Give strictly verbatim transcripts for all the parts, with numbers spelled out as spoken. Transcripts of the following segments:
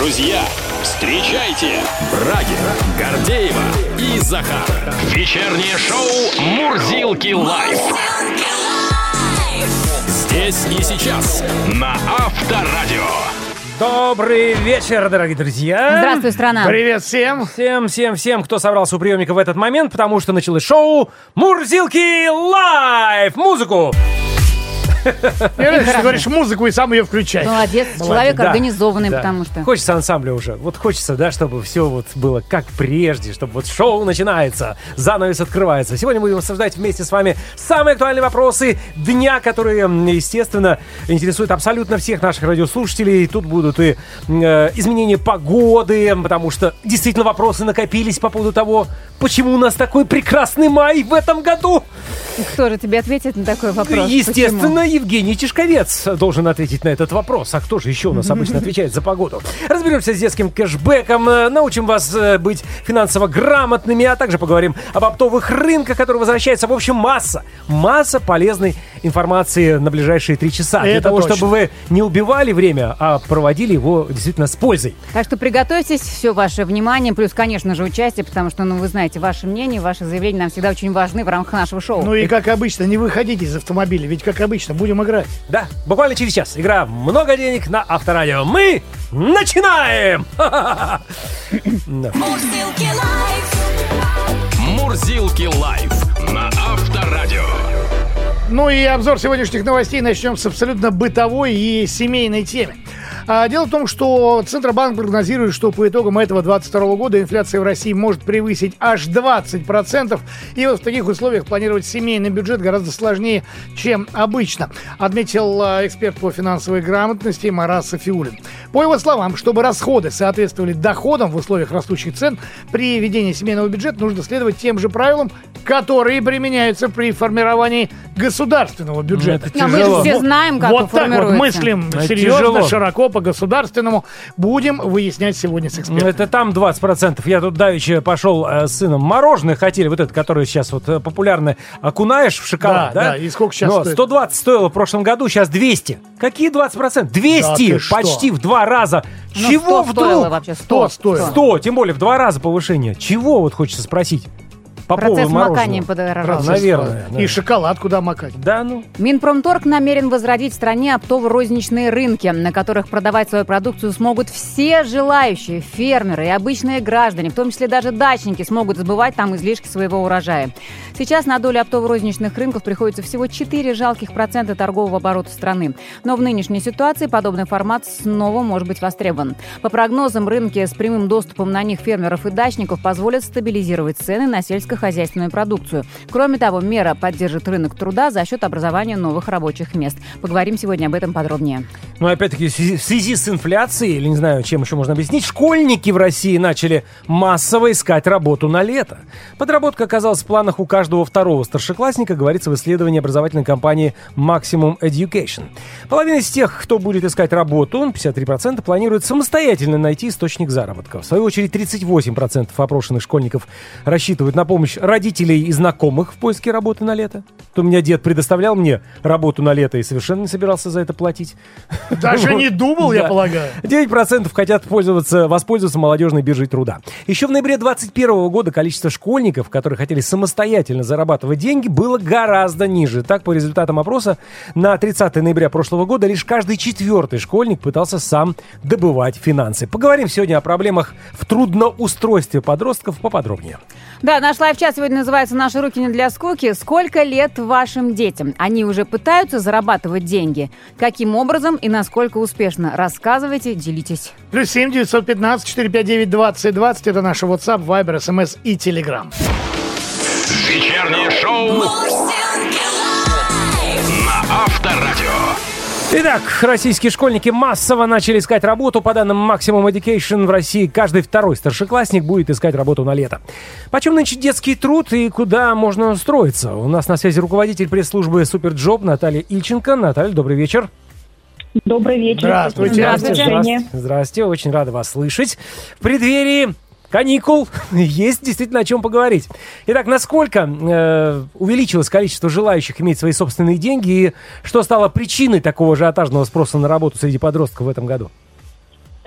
друзья, встречайте Брагина, Гордеева и Захар. Вечернее шоу «Мурзилки лайф». Здесь и сейчас на Авторадио. Добрый вечер, дорогие друзья. Здравствуй, страна. Привет всем. Всем, всем, всем, кто собрался у приемника в этот момент, потому что началось шоу «Мурзилки лайф». Музыку. Я ты говоришь музыку и сам ее включаешь. Молодец, Молодец. человек Да, организованный, да. потому что... Хочется ансамбля уже. Вот хочется, да, чтобы все вот было как прежде, чтобы вот шоу начинается, занавес открывается. Сегодня будем обсуждать вместе с вами самые актуальные вопросы дня, которые, естественно, интересуют абсолютно всех наших радиослушателей. Тут будут и э, изменения погоды, потому что действительно вопросы накопились по поводу того, почему у нас такой прекрасный май в этом году. Кто же тебе ответит на такой вопрос? Естественно, Почему? Евгений Тишковец должен ответить на этот вопрос. А кто же еще у нас обычно отвечает за погоду? Разберемся с детским кэшбэком, научим вас быть финансово грамотными, а также поговорим об оптовых рынках, которые возвращаются. В общем, масса, масса полезной информации на ближайшие три часа. Это для того, точно. чтобы вы не убивали время, а проводили его действительно с пользой. Так что приготовьтесь, все ваше внимание, плюс, конечно же, участие, потому что, ну, вы знаете, ваше мнение, ваши заявления нам всегда очень важны в рамках нашего шоу. Ну и как обычно, не выходите из автомобиля, ведь как обычно, будем играть. Да, буквально через час. Игра «Много денег» на Авторадио. Мы начинаем! Да. Мурзилки лайф на Авторадио. Ну и обзор сегодняшних новостей начнем с абсолютно бытовой и семейной темы. А, дело в том, что Центробанк прогнозирует, что по итогам этого двадцать второго года инфляция в России может превысить аж двадцать процентов. И вот в таких условиях планировать семейный бюджет гораздо сложнее, чем обычно, отметил а, эксперт по финансовой грамотности Марас Сафиуллин. По его словам, чтобы расходы соответствовали доходам в условиях растущих цен, при ведении семейного бюджета нужно следовать тем же правилам, которые применяются при формировании государственного бюджета. Это А мы же тяжело. все знаем, как вот он так вот формируется. мыслим Это серьезно, тяжело. широко, по-государственному. Будем выяснять сегодня с экспертом. Это там двадцать процентов. Я тут давеча пошел э, с сыном. Мороженое хотели, вот это, которое сейчас вот э, популярное. Окунаешь в шоколад, Да, да? да, и сколько сейчас Но стоит? сто двадцать стоило в прошлом году, сейчас двести. Какие двадцать процентов? двести! Да ты что? Почти в два раза. Ну, Чего сто стоило вдруг? вообще? Сто стоило. сто, тем более в два раза повышение. Чего вот хочется спросить? По Процесс поводу мороженого. макания подорожал. Наверное. да. И шоколад куда макать? Да, ну. Минпромторг намерен возродить в стране оптово-розничные рынки, на которых продавать свою продукцию смогут все желающие. Фермеры и обычные граждане, в том числе даже дачники, смогут сбывать там излишки своего урожая. Сейчас на долю оптово-розничных рынков приходится всего четыре жалких процента торгового оборота страны. Но в нынешней ситуации подобный формат снова может быть востребован. По прогнозам, рынки с прямым доступом на них фермеров и дачников позволят стабилизировать цены на сельскохозяйственную продукцию. Кроме того, мера поддержит рынок труда за счет образования новых рабочих мест. Поговорим сегодня об этом подробнее. Ну, опять-таки, в связи, в связи с инфляцией, или не знаю, чем еще можно объяснить, школьники в России начали массово искать работу на лето. Подработка оказалась в планах у каждого второго старшеклассника, говорится в исследовании образовательной компании Maximum Education. Половина из тех, кто будет искать работу, пятьдесят три процента, планирует самостоятельно найти источник заработка. В свою очередь, тридцать восемь процентов опрошенных школьников рассчитывают на помощь родителей и знакомых в поиске работы на лето. То у меня дед предоставлял мне работу на лето и совершенно не собирался за это платить. Даже не думал, я Да. полагаю. девять процентов хотят пользоваться, воспользоваться молодежной биржей труда. Еще в ноябре двадцать первого года количество школьников, которые хотели самостоятельно зарабатывать деньги, было гораздо ниже. Так, по результатам опроса, на тридцатое ноября прошлого года лишь каждый четвертый школьник пытался сам добывать финансы. Поговорим сегодня о проблемах в трудноустройстве подростков поподробнее. Да, наш лайв-чат сегодня называется «Наши руки не для скуки». Сколько лет вашим детям? Они уже пытаются зарабатывать деньги? Каким образом и насколько успешно? Рассказывайте, делитесь. Плюс семь девятьсот пятнадцать четыреста пятьдесят девять двадцать двадцать. Это наш WhatsApp, Viber, эс эм эс и Telegram. Вечернее шоу на Авторадио. Итак, российские школьники массово начали искать работу. По данным Maximum Education, в России каждый второй старшеклассник будет искать работу на лето. Почем нынче детский труд и куда можно устроиться? У нас на связи руководитель пресс-службы Суперджоп Наталья Ильченко. Наталья, добрый вечер. Добрый вечер. Здравствуйте. Здравствуйте. Здравствуйте. Здравствуйте, очень рада вас слышать. В преддверии каникул есть действительно о чем поговорить. Итак, насколько э, увеличилось количество желающих иметь свои собственные деньги и что стало причиной такого ажиотажного спроса на работу среди подростков в этом году?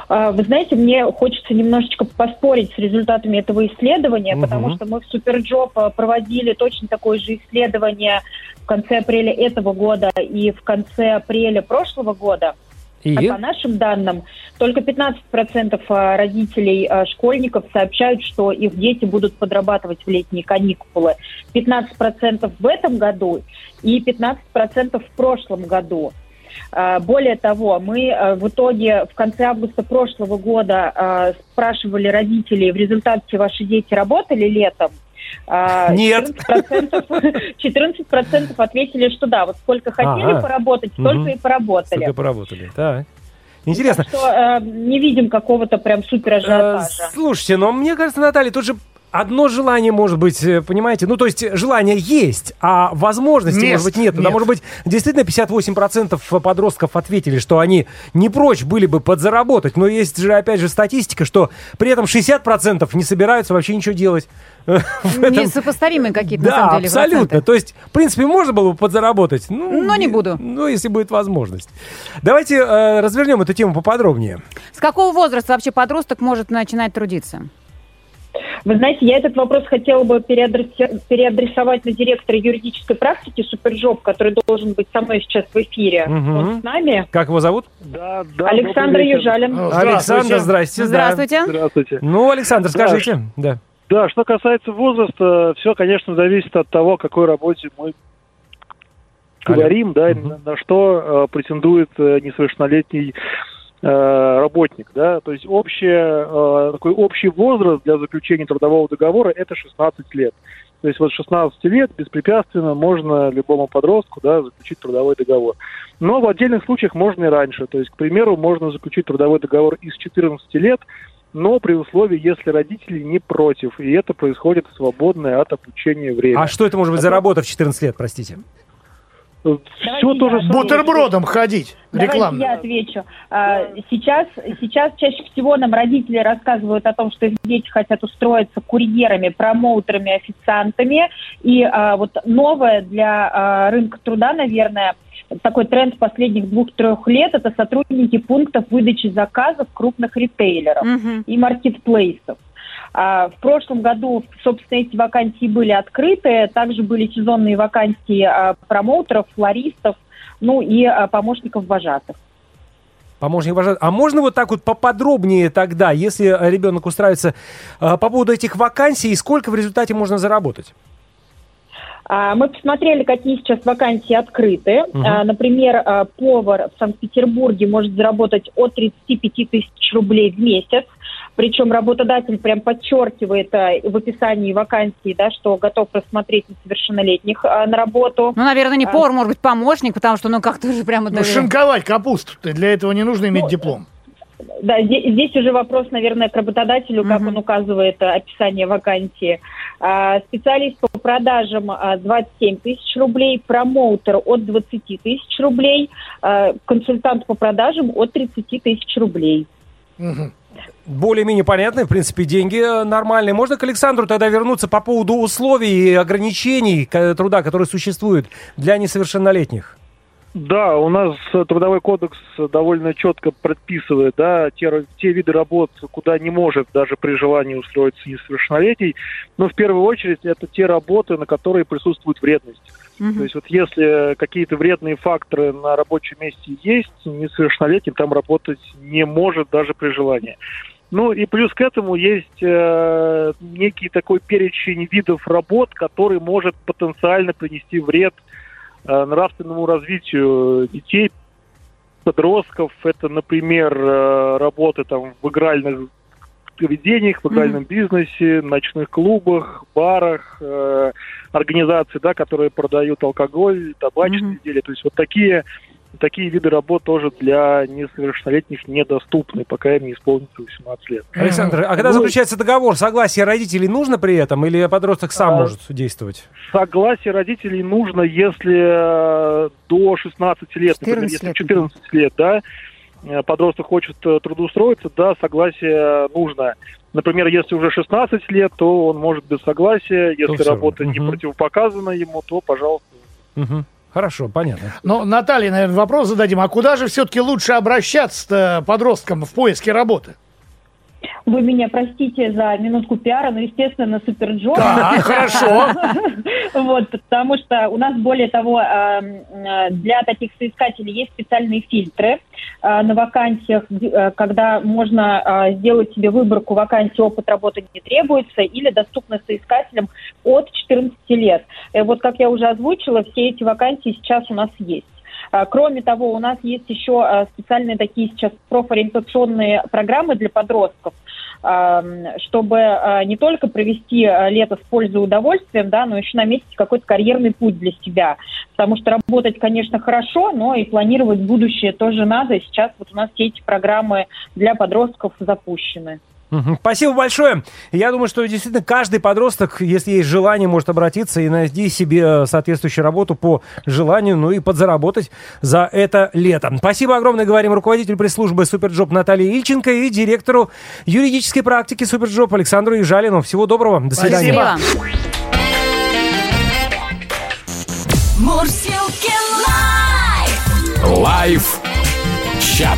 Вы знаете, мне хочется немножечко поспорить с результатами этого исследования, угу. потому что мы в Суперджоп проводили точно такое же исследование в конце апреля этого года и в конце апреля прошлого года. И? А по нашим данным, только пятнадцать процентов родителей школьников сообщают, что их дети будут подрабатывать в летние каникулы. пятнадцать процентов в этом году и пятнадцать процентов в прошлом году. Более того, мы в итоге в конце августа прошлого года спрашивали родителей, в результате ваши дети работали летом? Нет. четырнадцать процентов ответили, что да, вот сколько хотели ага. поработать, столько угу. и поработали. Столько поработали, так. Интересно. Так что э, не видим какого-то прям супер ажиотажа. Э, слушайте, но мне кажется, Наталья, тут же одно желание может быть, понимаете, ну то есть желание есть, а возможности, нет, может быть, нет. Да, может быть, действительно пятьдесят восемь процентов подростков ответили, что они не прочь были бы подзаработать, но есть же, опять же, статистика, что при этом шестьдесят процентов не собираются вообще ничего делать. Несопоставимые какие-то, да, на самом деле, абсолютно. проценты. То есть, в принципе, можно было бы подзаработать. Ну, но не буду. Ну, если будет возможность. Давайте э, развернем эту тему поподробнее. С какого возраста вообще подросток может начинать трудиться? Вы знаете, я этот вопрос хотела бы переадреси- переадресовать на директора юридической практики Суперджоп, который должен быть со мной сейчас в эфире. Угу. Он с нами. Как его зовут? Да, да. Александр Южалин. Александр, здрасте. Здравствуйте. Да. Здравствуйте. Ну, Александр, скажите. Да. Да, что касается возраста, все, конечно, зависит от того, о какой работе мы Алло. говорим, да, угу. на, на что э, претендует э, несовершеннолетний э, работник, да, то есть общее, э, такой общий возраст для заключения трудового договора – это шестнадцать лет. То есть вот с шестнадцати лет беспрепятственно можно любому подростку, да, заключить трудовой договор. Но в отдельных случаях можно и раньше. То есть, к примеру, можно заключить трудовой договор и с четырнадцати лет, но при условии, если родители не против, и это происходит в свободное от обучения время. А что это может быть за работа в четырнадцать лет, простите? Все тоже самое. Бутербродом ходить. Рекламно. Давайте я отвечу. Сейчас, сейчас чаще всего нам родители рассказывают о том, что их дети хотят устроиться курьерами, промоутерами, официантами. И а, вот новое для а, рынка труда, наверное, такой тренд последних двух-трех лет – это сотрудники пунктов выдачи заказов крупных ритейлеров mm-hmm. и маркетплейсов. А, в прошлом году, собственно, эти вакансии были открыты. Также были сезонные вакансии а, промоутеров, флористов, ну и а, помощников вожатых. Помощник вожатых. А можно вот так вот поподробнее тогда, если ребенок устраивается, а, по поводу этих вакансий, и сколько в результате можно заработать? Мы посмотрели, какие сейчас вакансии открыты. Uh-huh. Например, повар в Санкт-Петербурге может заработать от тридцати пяти тысяч рублей в месяц. Причем работодатель прям подчеркивает в описании вакансии, да, что готов рассмотреть несовершеннолетних на работу. Ну, наверное, не повар, может быть, помощник, потому что, ну, как-то уже прямо... Ну, шинковать капусту, для этого не нужно иметь ну, диплом. Да, здесь, здесь уже вопрос, наверное, к работодателю, как uh-huh. он указывает описание вакансии. А, специалист по продажам а, двадцать семь тысяч рублей, промоутер от двадцати тысяч рублей, а, консультант по продажам от тридцати тысяч рублей. Uh-huh. Более-менее понятно, в принципе, деньги нормальные. Можно к Александру тогда вернуться по поводу условий и ограничений труда, которые существуют для несовершеннолетних? Да, у нас Трудовой кодекс довольно четко предписывает, да, те, те виды работ, куда не может даже при желании устроиться несовершеннолетний. Но в первую очередь это те работы, на которые присутствует вредность. Mm-hmm. То есть вот если какие-то вредные факторы на рабочем месте есть, несовершеннолетний там работать не может даже при желании. Ну и плюс к этому есть э, некий такой перечень видов работ, который может потенциально принести вред нравственному развитию детей, подростков. Это, например, работы там в игральных заведениях, в игральном mm-hmm. бизнесе, ночных клубах, барах, э, организации, да, которые продают алкоголь, табачные mm-hmm. изделия. То есть вот такие, такие виды работ тоже для несовершеннолетних недоступны, пока им не исполнится восемнадцать лет. Александр, а когда ну, заключается договор, согласие родителей нужно при этом, или подросток сам а, может действовать? Согласие родителей нужно, если до шестнадцати лет, например, если в четырнадцать лет, да, подросток хочет трудоустроиться, да, согласие нужно. Например, если уже шестнадцать лет, то он может без согласия, если то работа угу. не противопоказана ему, то, пожалуйста. Угу. Хорошо, понятно. Но, Наталья, наверное, вопрос зададим. А куда же все-таки лучше обращаться подросткам в поиске работы? Вы меня простите за минутку пиара, но, естественно, на Суперджоп. Да, хорошо. Вот, потому что у нас, более того, для таких соискателей есть специальные фильтры на вакансиях, когда можно сделать себе выборку вакансий, опыт работы не требуется, или доступно соискателям от четырнадцати лет. И вот, как я уже озвучила, все эти вакансии сейчас у нас есть. Кроме того, у нас есть еще специальные такие сейчас профориентационные программы для подростков, чтобы не только провести лето с пользой и удовольствием, да, но еще наметить какой-то карьерный путь для себя. Потому что работать, конечно, хорошо, но и планировать будущее тоже надо. Сейчас вот у нас все эти программы для подростков запущены. Спасибо большое. Я думаю, что действительно каждый подросток, если есть желание, может обратиться и найти себе соответствующую работу по желанию, ну и подзаработать за это лето. Спасибо огромное, говорим руководителю пресс-службы Суперджоп Наталье Ильченко и директору юридической практики Суперджоп Александру Ежалину. Всего доброго. До свидания. Спасибо. Мурзилки лайв. Лайв чат.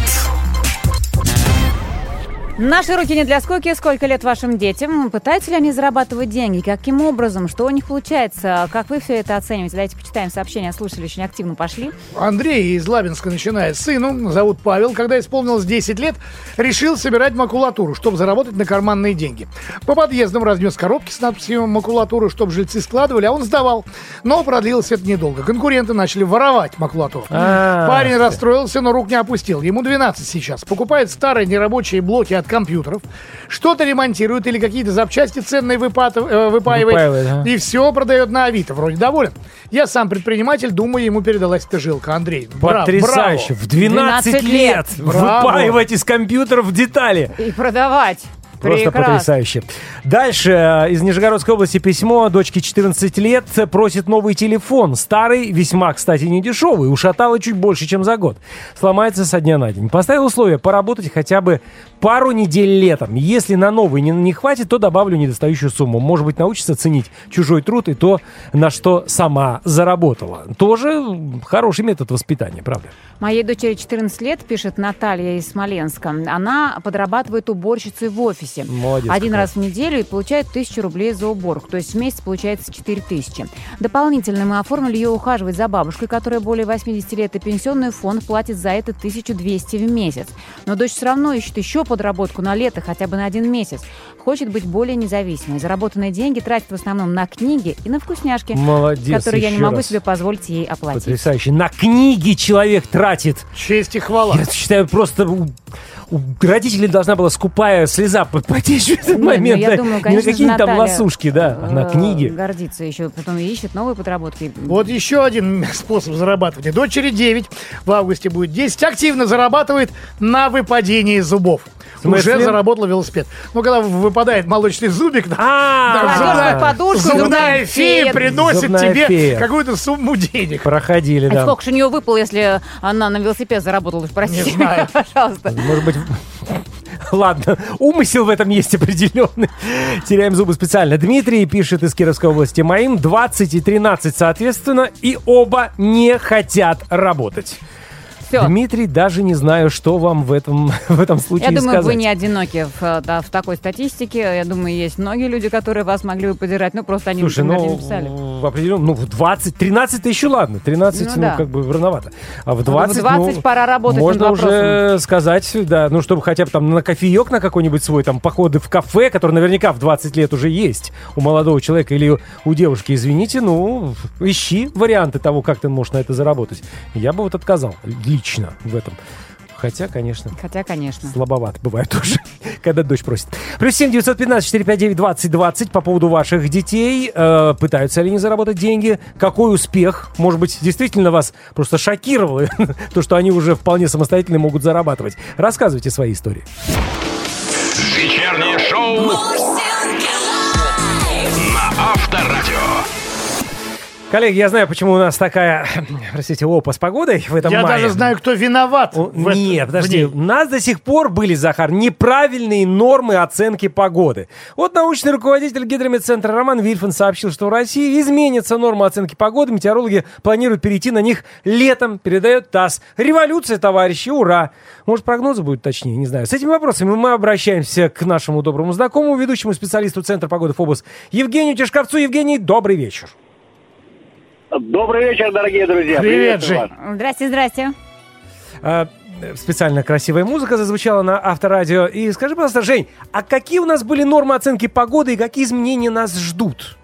Наши руки не для скуки. Сколько лет вашим детям? Пытаются ли они зарабатывать деньги? Каким образом? Что у них получается? Как вы все это оцениваете? Давайте почитаем сообщения. Слушали, очень активно пошли. Андрей из Лабинска начинает. Сыну, зовут Павел, когда исполнилось десять лет, решил собирать макулатуру, чтобы заработать на карманные деньги. По подъездам разнес коробки с надписью «макулатуру», чтобы жильцы складывали, а он сдавал. Но продлилось это недолго. Конкуренты начали воровать макулатуру. А-а-а. Парень расстроился, но рук не опустил. Ему двенадцать сейчас. Покупает старые нерабочие блоки от компьютеров, что-то ремонтирует или какие-то запчасти ценные выпат... э, выпаивает, Выпаивает, ага. И все продает на Авито. Вроде доволен. Я сам предприниматель, думаю, ему передалась эта жилка. Андрей, браво, Потрясающе. браво. В двенадцать лет Браво. выпаивать из компьютеров детали. И продавать. Просто Прекрасно. потрясающе. Дальше. Из Нижегородской области письмо. Дочке четырнадцать лет, просит новый телефон. Старый, весьма, кстати, не дешевый. Ушатало чуть больше, чем за год. Сломается со дня на день. Поставил условие поработать хотя бы пару недель летом. Если на новый не, не хватит, то добавлю недостающую сумму. Может быть, научится ценить чужой труд и то, на что сама заработала. Тоже хороший метод воспитания, правда? Моей дочери четырнадцать лет, пишет Наталья из Смоленска. Она подрабатывает уборщицей в офисе. Молодец. Один какая. раз в неделю и получает тысячу рублей за уборку. То есть в месяц получается четыре тысячи. Дополнительно мы оформили ее ухаживать за бабушкой, которая более восемьдесят лет, и пенсионный фонд платит за это тысячу двести в месяц. Но дочь все равно ищет еще подработку на лето, хотя бы на один месяц. Хочет быть более независимой. Заработанные деньги тратит в основном на книги и на вкусняшки, Молодец, которые я не еще могу раз. себе позволить ей оплатить. Потрясающе. На книги человек тратит. Честь и хвала. Я считаю, просто у, у родителей должна была скупая слеза потечь в этот Нет, ну, момент. я да. думаю, Не на конечно же, какие-нибудь там Наталья, лосушки, да, а на э, книги. Гордится еще, потом ищет новые подработки. Вот еще один способ зарабатывания. Дочери девять, в августе будет десять, активно зарабатывает на выпадении зубов. В смысле? Уже заработала велосипед. Ну, когда выпадает молочный зубик, да, А, да, Кладешь зубная, под подушку, зубная зубная фея фея. приносит Зубная тебе фея. какую-то сумму денег. Проходили, А да. сколько же у нее выпало, если она на велосипед заработала? Уж простите Не знаю. меня, пожалуйста. Может быть... Ладно, умысел в этом есть определенный. Теряем зубы специально. Дмитрий пишет из Кировской области. Моим двадцать и тринадцать соответственно, и оба не хотят работать. Все. Дмитрий, даже не знаю, что вам в этом, в этом случае Я думаю, сказать. вы не одиноки в, да, в такой статистике. Я думаю, есть многие люди, которые вас могли бы поддержать. Ну, просто они, Слушай, например, ну, не написали. в определенном, ну, в двадцать, тринадцать еще ладно, тринадцать, Ну ну, да. как бы рановато. А в в двадцать, двадцать ну, пора работать можно над уже сказать, да, ну, чтобы хотя бы там на кофеек на какой-нибудь свой, там, походы в кафе, который наверняка в двадцать лет уже есть у молодого человека или у девушки, извините, ну, ищи варианты того, как ты можешь на это заработать. Я бы вот отказал лично в этом. Хотя, конечно, Хотя, конечно. слабовато бывает тоже, когда дочь просит. Плюс семь девятьсот пятнадцать четыреста пятьдесят девять двадцать двадцать по поводу ваших детей. Э, пытаются ли они заработать деньги? Какой успех? Может быть, действительно вас просто шокировало то, что они уже вполне самостоятельно могут зарабатывать. Рассказывайте свои истории. Вечернее шоу на Авторадио. Коллеги, я знаю, почему у нас такая, простите, опа с погодой в этом Я мае. даже знаю, кто виноват. О, в Нет, этом, подожди, у нас до сих пор были, Захар, неправильные нормы оценки погоды. Вот научный руководитель Гидрометцентра Роман Вильфан сообщил, что в России изменится норма оценки погоды. Метеорологи планируют перейти на них летом, передает ТАСС. Революция, товарищи, ура! Может, прогнозы будут точнее, не знаю. С этими вопросами мы обращаемся к нашему доброму знакомому, ведущему специалисту Центра погоды ФОБОС Евгению Тишковцу. Евгений, добрый вечер. Добрый вечер, дорогие друзья. Привет, Жень. вас. Здрасте, здрасте. А, специально красивая музыка зазвучала на Авторадио. И скажи, пожалуйста, Жень, а какие у нас были нормы оценки погоды и какие изменения нас ждут?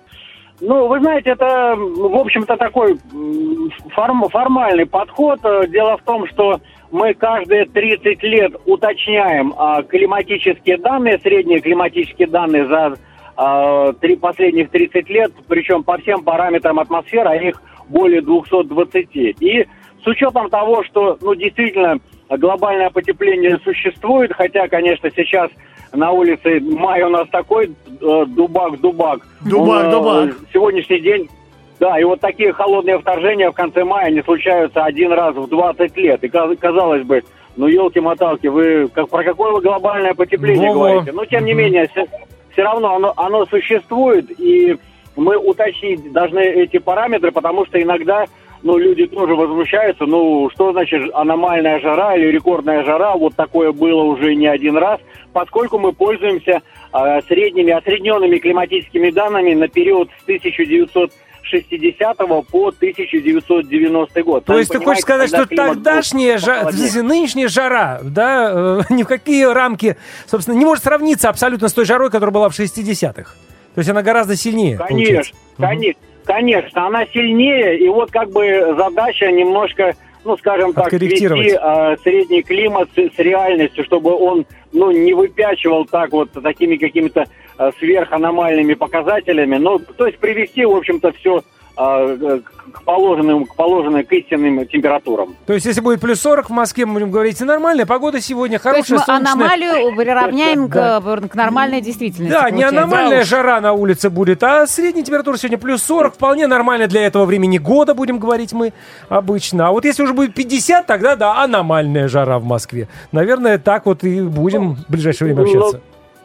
Ну, вы знаете, это, в общем-то, такой м, форм- формальный подход. Дело в том, что мы каждые тридцать лет уточняем а, климатические данные, средние климатические данные за а, три, последних тридцать лет, причем по всем параметрам атмосферы, а их более двести двадцать. И с учетом того, что, ну, действительно, глобальное потепление существует, хотя, конечно, сейчас на улице май у нас такой э, дубак-дубак. Дубак, Он, э, дубак. Сегодняшний день, да, и вот такие холодные вторжения в конце мая, они случаются один раз в двадцать лет. И казалось бы, ну, елки-моталки, вы как, про какое вы глобальное потепление Во-во. говорите? Но, тем не менее, все, все равно оно, оно существует, и мы уточнить должны эти параметры, потому что иногда, ну, люди тоже возмущаются, ну, что значит аномальная жара или рекордная жара, вот такое было уже не один раз, поскольку мы пользуемся э, средними, осредненными климатическими данными на период с тысяча девятьсот шестидесятого по тысяча девятьсот девяностый год. То Сами есть ты понимаете, хочешь сказать, когда что климат тогдашняя был жара, похолоднее. нынешняя жара, да, э, ни в какие рамки, собственно, не может сравниться абсолютно с той жарой, которая была в шестидесятых? То есть она гораздо сильнее, Конечно, получается. конечно, конечно, она сильнее, и вот как бы задача немножко, ну, скажем так, Откорректировать. свести э, средний климат с, с реальностью, чтобы он, ну, не выпячивал так вот такими какими-то э, сверханомальными показателями, ну, то есть привести, в общем-то, все э, к положенным, к положенным, к истинным температурам. То есть если будет плюс сорок в Москве, мы будем говорить, нормальная погода сегодня, То есть хорошая, мы солнечная. аномалию приравняем Да. к, к нормальной действительности. Да, не получается. аномальная Да уж. жара на улице будет, а средняя температура сегодня плюс сорок, вполне нормально для этого времени года, будем говорить мы обычно. А вот если уже будет пятьдесят, тогда да, аномальная жара в Москве. Наверное, так вот и будем в ближайшее время общаться.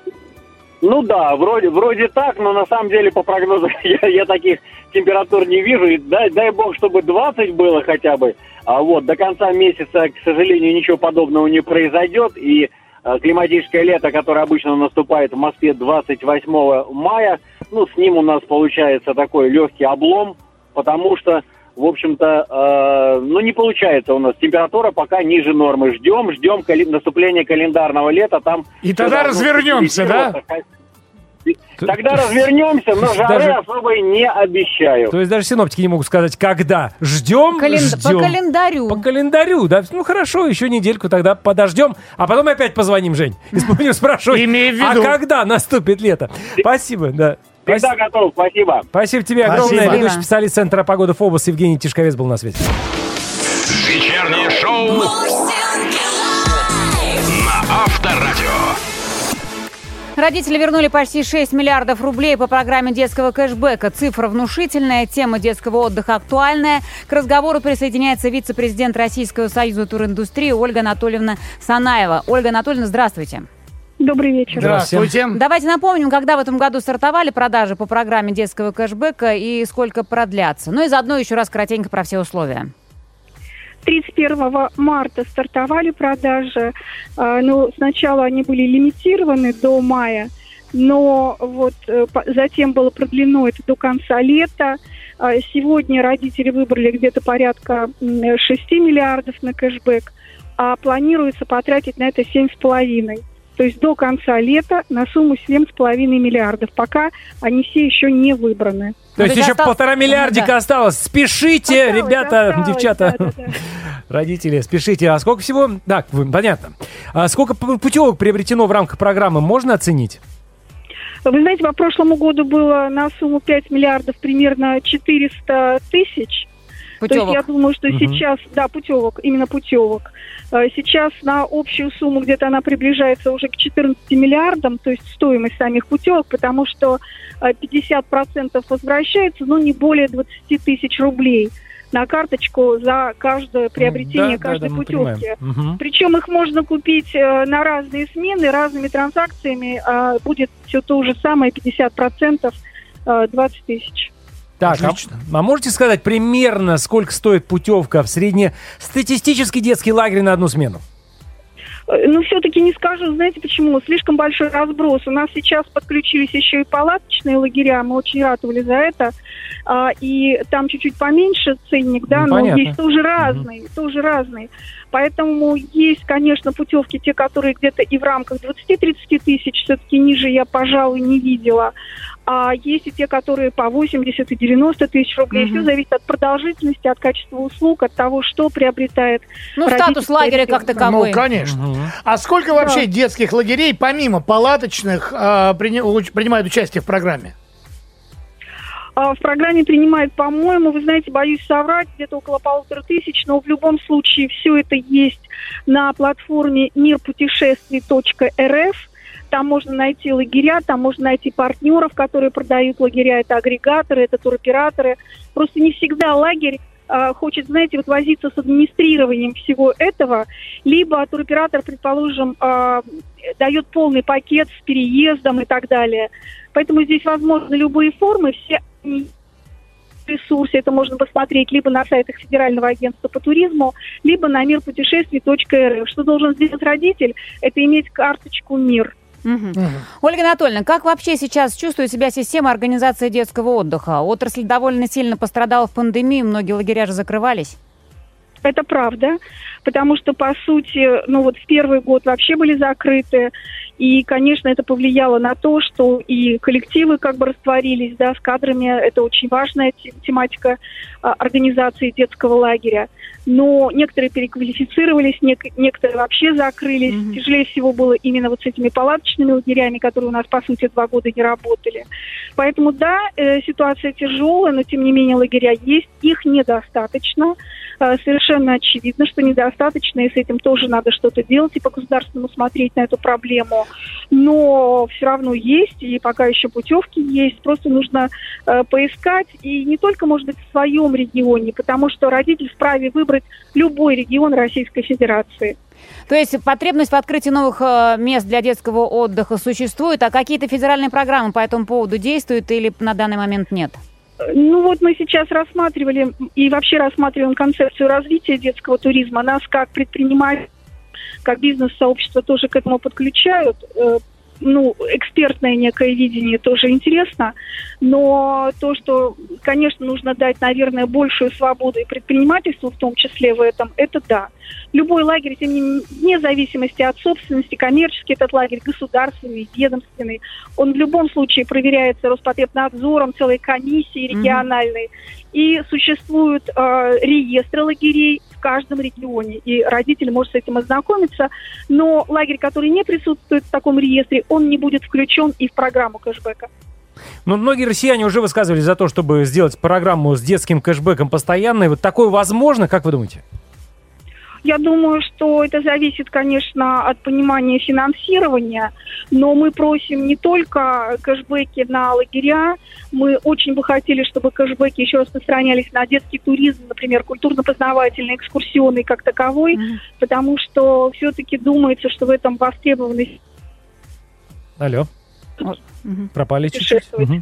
Ну да, вроде, вроде так, но на самом деле по прогнозам я, я таких температур не вижу. И дай, дай бог, чтобы двадцать было хотя бы. А вот до конца месяца, к сожалению, ничего подобного не произойдет. И а, климатическое лето, которое обычно наступает в Москве двадцать восьмого мая, ну, с ним у нас получается такой легкий облом, потому что, в общем-то, э, ну, не получается у нас. Температура пока ниже нормы. Ждем, ждем кали- наступления календарного лета. Там И тогда всё должно развернемся, да? стабилизироваться. Тогда развернемся, но жары Даже- особой не обещаю. То есть даже синоптики не могут сказать, когда. Ждем, Кален- ждем. По календарю. По календарю, да. Ну хорошо, еще недельку тогда подождем, а потом опять позвоним, Жень. И будем спрашивать, Имей в а виду. когда наступит лето? Спасибо, да. Всегда Спасибо. готов, спасибо. Спасибо тебе Спасибо. огромное. Спасибо. Ведущий специалист Центра погоды ФОБОС Евгений Тишковец был на связи. Вечернее шоу на Авторадио. Родители вернули почти шесть миллиардов рублей по программе детского кэшбэка. Цифра внушительная, тема детского отдыха актуальная. К разговору присоединяется вице-президент Российского союза туриндустрии Ольга Анатольевна Санаева. Ольга Анатольевна, здравствуйте. Добрый вечер. Здравствуйте. Давайте напомним, когда в этом году стартовали продажи по программе детского кэшбэка и сколько продлятся. Ну и заодно еще раз коротенько про все условия. тридцать первого марта стартовали продажи. А, ну, сначала они были лимитированы до мая, но вот э, по- затем было продлено это до конца лета. А, сегодня родители выбрали где-то порядка м, шесть миллиардов на кэшбэк, а планируется потратить на это семь с половиной. То есть до конца лета на сумму семь с половиной миллиардов. Пока они все еще не выбраны. То есть то есть еще осталось- полтора миллиардика Да. осталось. Спешите, Осталось, ребята, осталось, девчата, да, да, да. родители, спешите. А сколько всего? Так, вы- понятно. А сколько п- путевок приобретено в рамках программы, можно оценить? Вы знаете, по прошлому году было на сумму пять миллиардов примерно четыреста тысяч. Путевок. То есть я думаю, что Мгм. сейчас, да, путевок, именно путевок. Э, Сейчас на общую сумму где-то она приближается уже к четырнадцати миллиардам, то есть стоимость самих путевок, потому что э, пятьдесят процентов возвращается, но не более двадцати тысяч рублей на карточку за каждое приобретение Да, да, каждой да, мы путевки. понимаем. Мгм. Причем их можно купить э, на разные смены, разными транзакциями. э, будет все то же самое, пятьдесят процентов, э, двадцать тысяч. Так, а, Отлично. а можете сказать примерно, сколько стоит путевка в среднестатистический детский лагерь на одну смену? Э, Ну, все-таки не скажу, знаете почему? Слишком большой разброс. У нас сейчас подключились еще и палаточные лагеря, мы очень ратовали за это. А, и там чуть-чуть поменьше ценник, да, Ну, но понятно. есть тоже разные, тоже разные. Поэтому есть, конечно, путевки, те, которые где-то и в рамках двадцати-тридцати тысяч, все-таки ниже я, пожалуй, не видела. А есть и те, которые по восемьдесят и девяносто тысяч рублей. Мгм. Все зависит от продолжительности, от качества услуг, от того, что приобретает Ну, родительское статус лагеря как ребенок. таковой. Ну, конечно. Мгм. А сколько вообще детских лагерей, помимо палаточных, а, прини- уч- принимают участие в программе? А, В программе принимает, по-моему, вы знаете, боюсь соврать, где-то около полутора тысяч, но в любом случае все это есть на платформе мир путешествий точка эр эф. Там можно найти лагеря, там можно найти партнеров, которые продают лагеря. Это агрегаторы, это туроператоры. Просто не всегда лагерь а, хочет, знаете, вот возиться с администрированием всего этого. Либо туроператор, предположим, а, дает полный пакет с переездом и так далее. Поэтому здесь возможны любые формы, все они ресурсы, это можно посмотреть либо на сайтах Федерального агентства по туризму, либо на мир путешествий точка эр эф. Что должен сделать родитель? Это иметь карточку МИР. Мгм. Ольга Анатольевна, как вообще сейчас чувствует себя система организации детского отдыха? Отрасль довольно сильно пострадала в пандемии, многие лагеря же закрывались. Это правда, потому что, по сути, ну вот в первый год вообще были закрыты, и, конечно, это повлияло на то, что и коллективы как бы растворились, да, с кадрами, это очень важная те- тематика а, организации детского лагеря. Но некоторые переквалифицировались, нек- некоторые вообще закрылись. Мгм. Тяжелее всего было именно вот с этими палаточными лагерями, которые у нас, по сути, два года не работали. Поэтому, да, э, ситуация тяжелая, но, тем не менее, лагеря есть, их недостаточно. Э, Совершенно очевидно, что недостаточно, и с этим тоже надо что-то делать, и по-государственному смотреть на эту проблему. Но все равно есть, и пока еще путевки есть, просто нужно э, поискать, и не только, может быть, в своем регионе, потому что родитель вправе выбрать любой регион Российской Федерации. То есть потребность в открытии новых э, мест для детского отдыха существует, а какие-то федеральные программы по этому поводу действуют или на данный момент нет? Ну вот мы сейчас рассматривали и вообще рассматриваем концепцию развития детского туризма. Нас как предпринимателей, как бизнес-сообщество тоже к этому подключают. Э, Ну, экспертное некое видение тоже интересно, но то, что, конечно, нужно дать, наверное, большую свободу и предпринимательству, в том числе в этом, это да. Любой лагерь, тем не менее, вне зависимости от собственности, коммерческий этот лагерь, государственный, ведомственный, он в любом случае проверяется Роспотребнадзором, целой комиссией региональной, и существуют э, реестры лагерей в каждом регионе, и родитель может с этим ознакомиться, но лагерь, который не присутствует в таком реестре, он не будет включен и в программу кэшбэка. Но многие россияне уже высказывались за то, чтобы сделать программу с детским кэшбэком постоянной. Вот такое возможно, как вы думаете? Я думаю, что это зависит, конечно, от понимания финансирования, но мы просим не только кэшбэки на лагеря, мы очень бы хотели, чтобы кэшбэки еще распространялись на детский туризм, например, культурно-познавательный, экскурсионный как таковой, mm-hmm. потому что все-таки думается, что в этом востребованность... Алло. Mm-hmm. Пропали чуть-чуть. Угу.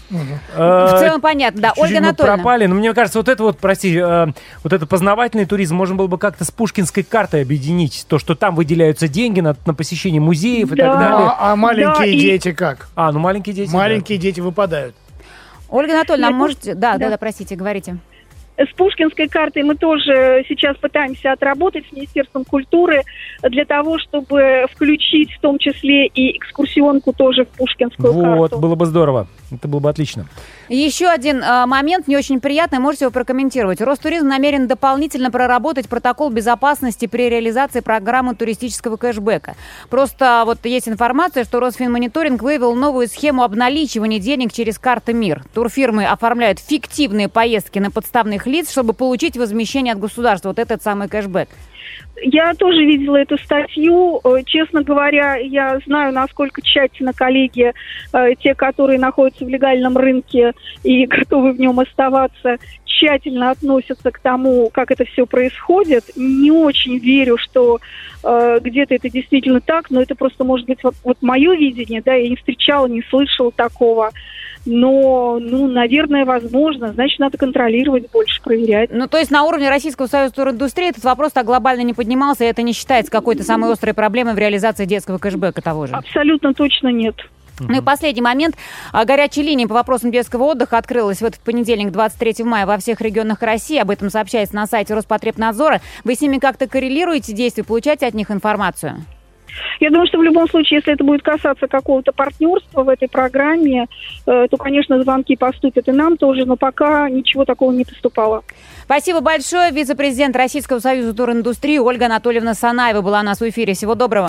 В целом понятно, да. Чуть-чуть Ольга Анатольевна. пропали, но мне кажется, вот это вот, прости, э, вот это познавательный туризм можно было бы как-то с пушкинской картой объединить. То, что там выделяются деньги на, на посещение музеев да. и так далее. А, а маленькие да, дети и... как? А, ну маленькие дети. Маленькие да. дети выпадают. Ольга Анатольевна, Нет, а можете... Да, да, да, да, простите, говорите. С пушкинской картой мы тоже сейчас пытаемся отработать с Министерством культуры для того, чтобы включить в том числе и экскурсионку тоже в пушкинскую вот, карту. Вот, было бы здорово. Это было бы отлично. Еще один э, момент, не очень приятный, можете его прокомментировать. Ростуризм намерен дополнительно проработать протокол безопасности при реализации программы туристического кэшбэка. Просто вот есть информация, что Росфинмониторинг вывел новую схему обналичивания денег через карты МИР. Турфирмы оформляют фиктивные поездки на подставных лиц, чтобы получить возмещение от государства. Вот этот самый кэшбэк. Я тоже видела эту статью. Честно говоря, я знаю, насколько тщательно коллеги, те, которые находятся в легальном рынке и готовы в нем оставаться, тщательно относятся к тому, как это все происходит. Не очень верю, что э, где-то это действительно так, но это просто может быть вот, вот мое видение, да, я не встречала, не слышала такого. Но, ну, наверное, возможно. Значит, надо контролировать больше, проверять. Ну, то есть на уровне Российского союза туриндустрии этот вопрос так глобально не поднимался, и это не считается какой-то самой острой проблемой в реализации детского кэшбэка того же? Абсолютно точно нет. Ну и последний момент. Горячая линия по вопросам детского отдыха открылась в этот понедельник, двадцать третьего мая, во всех регионах России. Об этом сообщается на сайте Роспотребнадзора. Вы с ними как-то коррелируете действия, получаете от них информацию? Я думаю, что в любом случае, если это будет касаться какого-то партнерства в этой программе, э, то, конечно, звонки поступят и нам тоже, но пока ничего такого не поступало. Спасибо большое. Вице-президент Российского союза туриндустрии Ольга Анатольевна Санаева была у нас в эфире. Всего доброго.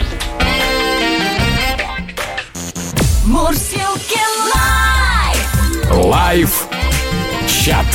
Мурзилки лайф. Лайф чат.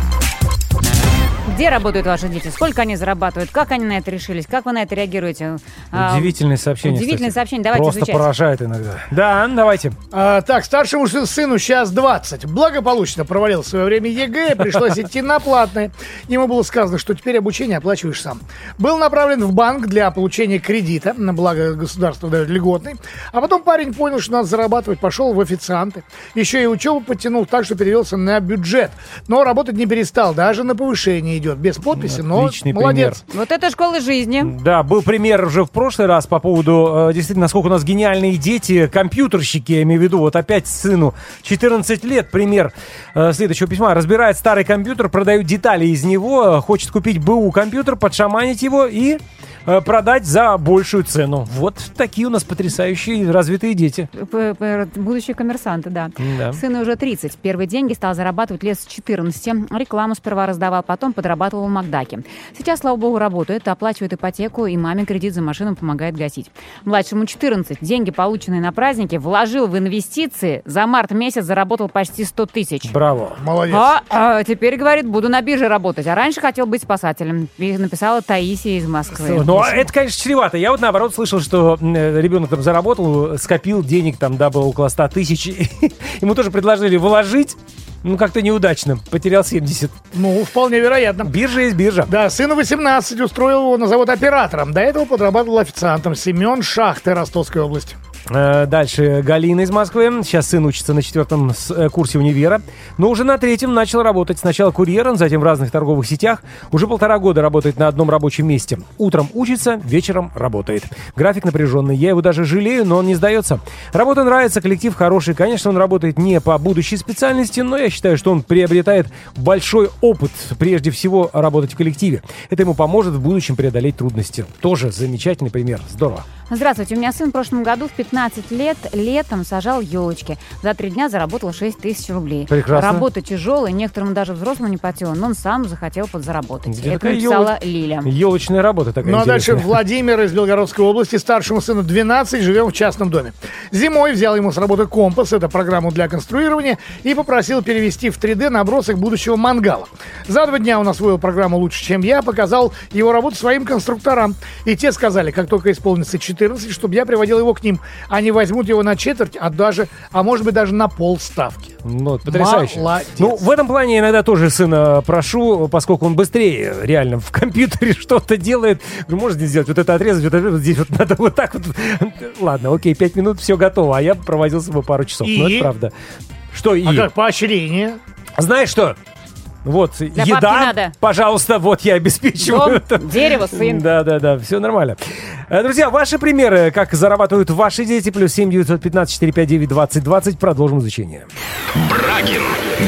Где работают ваши дети? Сколько они зарабатывают? Как они на это решились? Как вы на это реагируете? Удивительные сообщения. Удивительные кстати. сообщения. Давайте Просто изучать. поражает иногда. Да, давайте. А, так, старшему сыну сейчас двадцать. Благополучно провалил в свое время ЕГЭ, пришлось идти на платное. Ему было сказано, что теперь обучение оплачиваешь сам. Был направлен в банк для получения кредита, на благо государство дает льготный. А потом парень понял, что надо зарабатывать, пошел в официанты. Еще и учебу подтянул так, что перевелся на бюджет. Но работать не перестал, даже на повышение идет. Без подписи, но Отличный молодец. пример. Вот это школа жизни. Да, был пример уже в прошлый раз по поводу, э, действительно, насколько у нас гениальные дети, компьютерщики, я имею в виду, вот опять сыну четырнадцать лет, пример э, следующего письма. Разбирает старый компьютер, продают детали из него, хочет купить БУ компьютер, подшаманить его и э, продать за большую цену. Вот такие у нас потрясающие развитые дети. П- п- Будущие коммерсанты, да. Да. Сыну уже тридцать. Первые деньги стал зарабатывать лет с четырнадцати. Рекламу сперва раздавал, потом подрабатывал в Макдаке. Сейчас, слава богу, работает, оплачивает ипотеку и маме кредит за машину помогает гасить. Младшему четырнадцать. Деньги, полученные на празднике, вложил в инвестиции. За март месяц заработал почти сто тысяч. Браво. Молодец. А, а теперь, говорит, буду на бирже работать. А раньше хотел быть спасателем. И написала Таисия из Москвы. Ну, это, конечно, чревато. Я вот, наоборот, слышал, что э, ребенок там заработал, скопил денег, там, да, было около ста тысяч. Ему тоже предложили вложить. Ну, как-то неудачно. Потерял семьдесят. Ну, вполне вероятно. Биржа есть биржа. Да, сыну восемнадцать, устроил его на завод оператором. До этого подрабатывал официантом. Семен Шахты, Ростовская область. Э, Дальше Галина из Москвы. Сейчас сын учится на четвертом с- э, курсе универа, но уже на третьем начал работать. Сначала курьером, затем в разных торговых сетях. Уже полтора года работает на одном рабочем месте. Утром учится, вечером работает. График напряженный. Я его даже жалею, но он не сдается. Работа нравится, коллектив хороший. Конечно, он работает не по будущей специальности, но я считаю, что он приобретает большой опыт, прежде всего, работать в коллективе. Это ему поможет в будущем преодолеть трудности. Тоже замечательный пример. Здорово. Здравствуйте, у меня сын в прошлом году в пятнадцать лет летом сажал елочки. За три дня заработал шесть тысяч рублей. Прекрасно. Работа тяжелая, некоторым даже взрослым не по силам, но он сам захотел подзаработать. Где Это такая написала елоч- Лиля. Елочная работа такая Ну а дальше интересная. Владимир из Белгородской области, старшему сыну двенадцать, живем в частном доме. Зимой взял ему с работы компас, это программу для конструирования, и попросил перевести в три дэ набросок будущего мангала. За два дня он освоил программу лучше, чем я, показал его работу своим конструкторам. И те сказали, как только исполнится четырнадцать, чтобы я приводил его к ним. Они возьмут его на четверть, а даже, а может быть даже на полставки. Ну, потрясающе. Молодец. Ну, в этом плане я иногда тоже сына прошу, поскольку он быстрее реально в компьютере что-то делает. Говорю, можно сделать вот это отрезать, вот это, вот здесь вот надо вот так вот. Ладно, окей, пять минут, все готово. А я проводил с собой пару часов. И? Ну, это правда. Что и? А как поощрение? Знаешь что? Вот, Для еда, папки надо. пожалуйста, вот я обеспечиваю. Дом, дерево, сын. Да, да, да, все нормально. Э, Друзья, ваши примеры, как зарабатывают ваши дети, плюс семь девятьсот пятнадцать четыреста пятьдесят девять двадцать двадцать. Продолжим изучение. Брагин,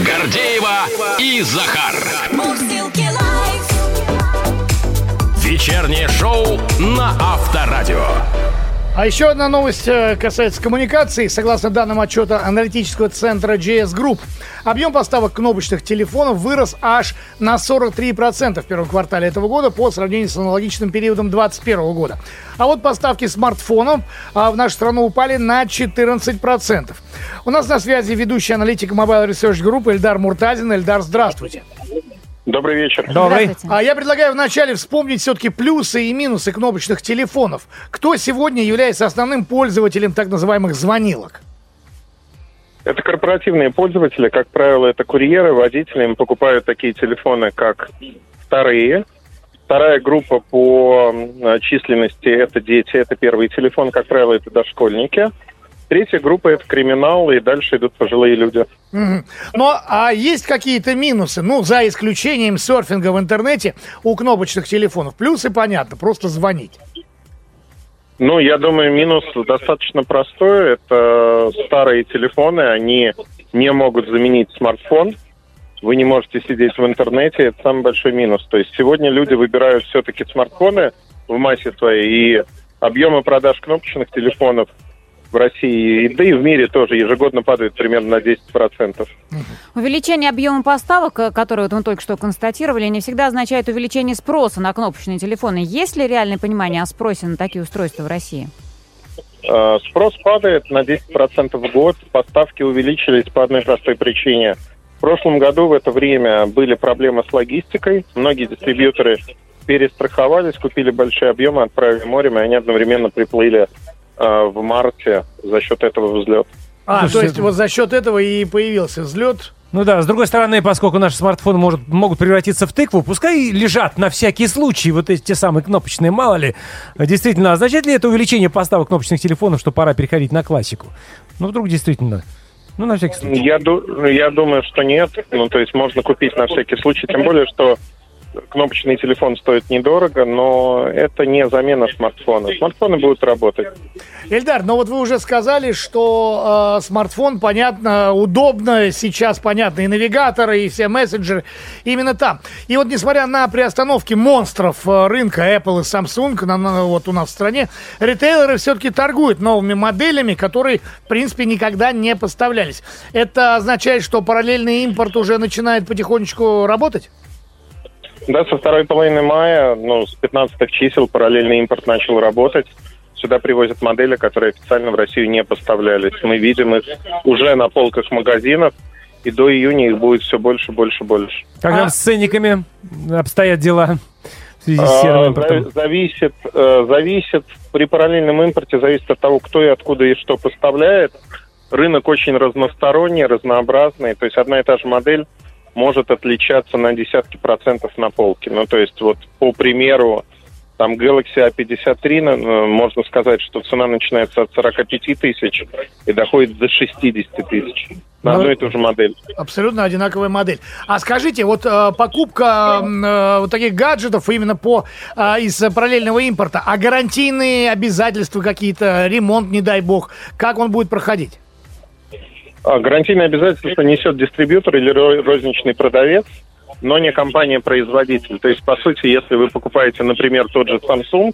Гордеева и Захар. Мурзилки лайф. Вечернее шоу на Авторадио. А еще одна новость касается коммуникаций. Согласно данным отчета аналитического центра джей эс Group, объем поставок кнопочных телефонов вырос аж на сорок три процента в первом квартале этого года по сравнению с аналогичным периодом двадцать первого года. А вот поставки смартфонов в нашу страну упали на четырнадцать процентов. У нас на связи ведущий аналитик Mobile Research Group Эльдар Муртазин. Эльдар, здравствуйте. Добрый вечер. Добрый. А я предлагаю вначале вспомнить все-таки плюсы и минусы кнопочных телефонов. Кто сегодня является основным пользователем так называемых звонилок? Это корпоративные пользователи, как правило, это курьеры, водители. Им покупают такие телефоны, как вторые. Вторая группа по численности – это дети, это первый телефон, как правило, это дошкольники. Третья группа – это криминалы, и дальше идут пожилые люди. Mm-hmm. Ну, а есть какие-то минусы? Ну, за исключением серфинга в интернете у кнопочных телефонов. Плюсы, понятно, просто звонить. Ну, я думаю, минус достаточно простой. Это старые телефоны, они не могут заменить смартфон. Вы не можете сидеть в интернете, это самый большой минус. То есть сегодня люди выбирают все-таки смартфоны в массе своей, и объемы продаж кнопочных телефонов в России, да и в мире тоже ежегодно падает примерно на десять процентов. Увеличение объема поставок, которые вот мы только что констатировали, не всегда означает увеличение спроса на кнопочные телефоны. Есть ли реальное понимание о спросе на такие устройства в России? Спрос падает на десять процентов в год, поставки увеличились по одной простой причине. В прошлом году в это время были проблемы с логистикой, многие дистрибьюторы перестраховались, купили большие объемы, отправили морем, и они одновременно приплыли в марте за счет этого взлет. А, Слушайте, то есть вот за счет этого и появился взлет? Ну да, с другой стороны, поскольку наши смартфоны может, могут превратиться в тыкву, пускай лежат на всякий случай вот эти те самые кнопочные, мало ли. Действительно, означает ли это увеличение поставок кнопочных телефонов, что пора переходить на классику? Ну, вдруг действительно... Ну, на всякий случай. Я, я думаю, что нет. Ну, то есть можно купить на всякий случай, тем более, что кнопочный телефон стоит недорого, но это не замена смартфона. Смартфоны будут работать. Эльдар, но вот вы уже сказали, что э, смартфон, понятно, удобно, сейчас понятно и навигаторы, и все мессенджеры именно там. И вот несмотря на приостановки монстров э, рынка Apple и Samsung, на, на, вот у нас в стране, ритейлеры все-таки торгуют новыми моделями, которые, в принципе, никогда не поставлялись. Это означает, что параллельный импорт уже начинает потихонечку работать? Да, со второй половины мая, ну, с пятнадцатых чисел параллельный импорт начал работать. Сюда привозят модели, которые официально в Россию не поставлялись. Мы видим их уже на полках магазинов, и до июня их будет все больше, больше, больше. Как а... там с ценниками обстоят дела в связи с серым импортом? Зависит, зависит, при параллельном импорте зависит от того, кто и откуда и что поставляет. Рынок очень разносторонний, разнообразный. То есть одна и та же модель может отличаться на десятки процентов на полке. Ну, то есть, вот, по примеру, там, Galaxy а пятьдесят три, можно сказать, что цена начинается от сорок пять тысяч и доходит до шестьдесят тысяч на одну и ту же модель. Абсолютно одинаковая модель. А скажите, вот э, покупка э, вот таких гаджетов именно по, э, из параллельного импорта, а гарантийные обязательства какие-то, ремонт, не дай бог, как он будет проходить? Гарантийное обязательство несет дистрибьютор или розничный продавец, но не компания-производитель. То есть, по сути, если вы покупаете, например, тот же Samsung,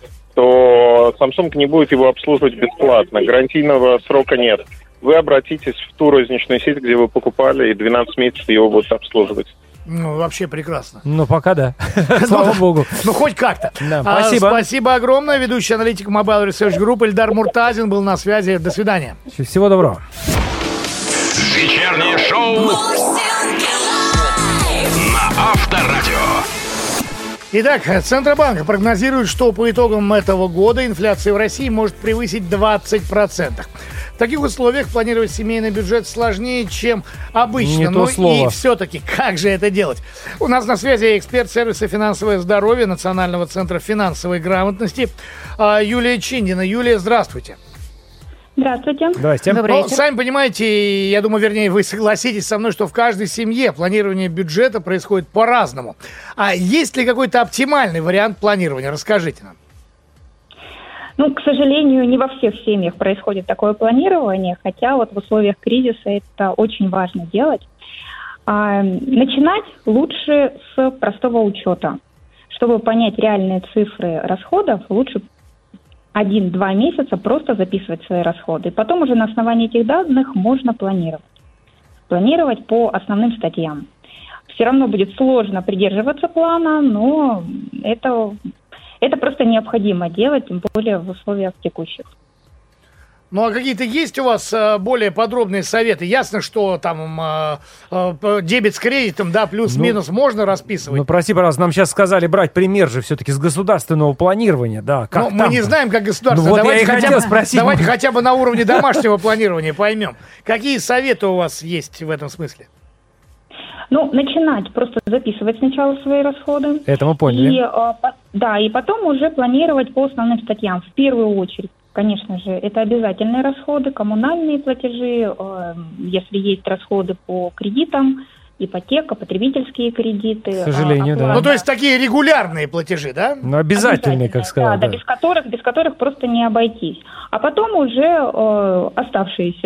то Samsung не будет его обслуживать бесплатно. Гарантийного срока нет. Вы обратитесь в ту розничную сеть, где вы покупали, и двенадцать месяцев его будут обслуживать. Ну, вообще прекрасно. Ну, пока да. Слава богу. Ну, хоть как-то. Да, спасибо. А, спасибо огромное. Ведущий аналитик Mobile Research Group Эльдар Муртазин был на связи. До свидания. Всего доброго. Вечернее шоу на Авторадио. Итак, Центробанк прогнозирует, что по итогам этого года инфляция в России может превысить двадцать процентов. В таких условиях планировать семейный бюджет сложнее, чем обычно. Не то ну слово. И все-таки, как же это делать? У нас на связи эксперт сервиса «Финансовое здоровье» Национального центра финансовой грамотности Юлия Чиндина. Юлия, здравствуйте. Здравствуйте. Здрасте. Добрый Ну, вечер. сами понимаете, я думаю, вернее, вы согласитесь со мной, что в каждой семье планирование бюджета происходит по-разному. А есть ли какой-то оптимальный вариант планирования? Расскажите нам. Ну, к сожалению, не во всех семьях происходит такое планирование, хотя вот в условиях кризиса это очень важно делать. А, начинать лучше с простого учета. Чтобы понять реальные цифры расходов, лучше один-два месяца просто записывать свои расходы. Потом уже на основании этих данных можно планировать. Планировать по основным статьям. Все равно будет сложно придерживаться плана, но это, это просто необходимо делать, тем более в условиях текущих. Ну, а какие-то есть у вас э, более подробные советы? Ясно, что там э, э, дебет с кредитом, да, плюс-минус ну, можно расписывать. Ну, прости, пожалуйста, нам сейчас сказали брать пример же все-таки с государственного планирования, да. Как ну, мы не знаем, как государство. Ну, вот давайте я и хотя хотел бы, спросить. Давайте хотя бы на уровне домашнего планирования поймем. Какие советы у вас есть в этом смысле? Ну, начинать просто записывать сначала свои расходы. Это мы поняли. И, э, по, да, и потом уже планировать по основным статьям. В первую очередь, конечно же, это обязательные расходы, коммунальные платежи, э, если есть расходы по кредитам, ипотека, потребительские кредиты. К сожалению, оплата. да. Ну, то есть такие регулярные платежи, да? Ну, обязательные, как сказать. Да, да. да, без которых, без которых просто не обойтись. А потом уже э, оставшиеся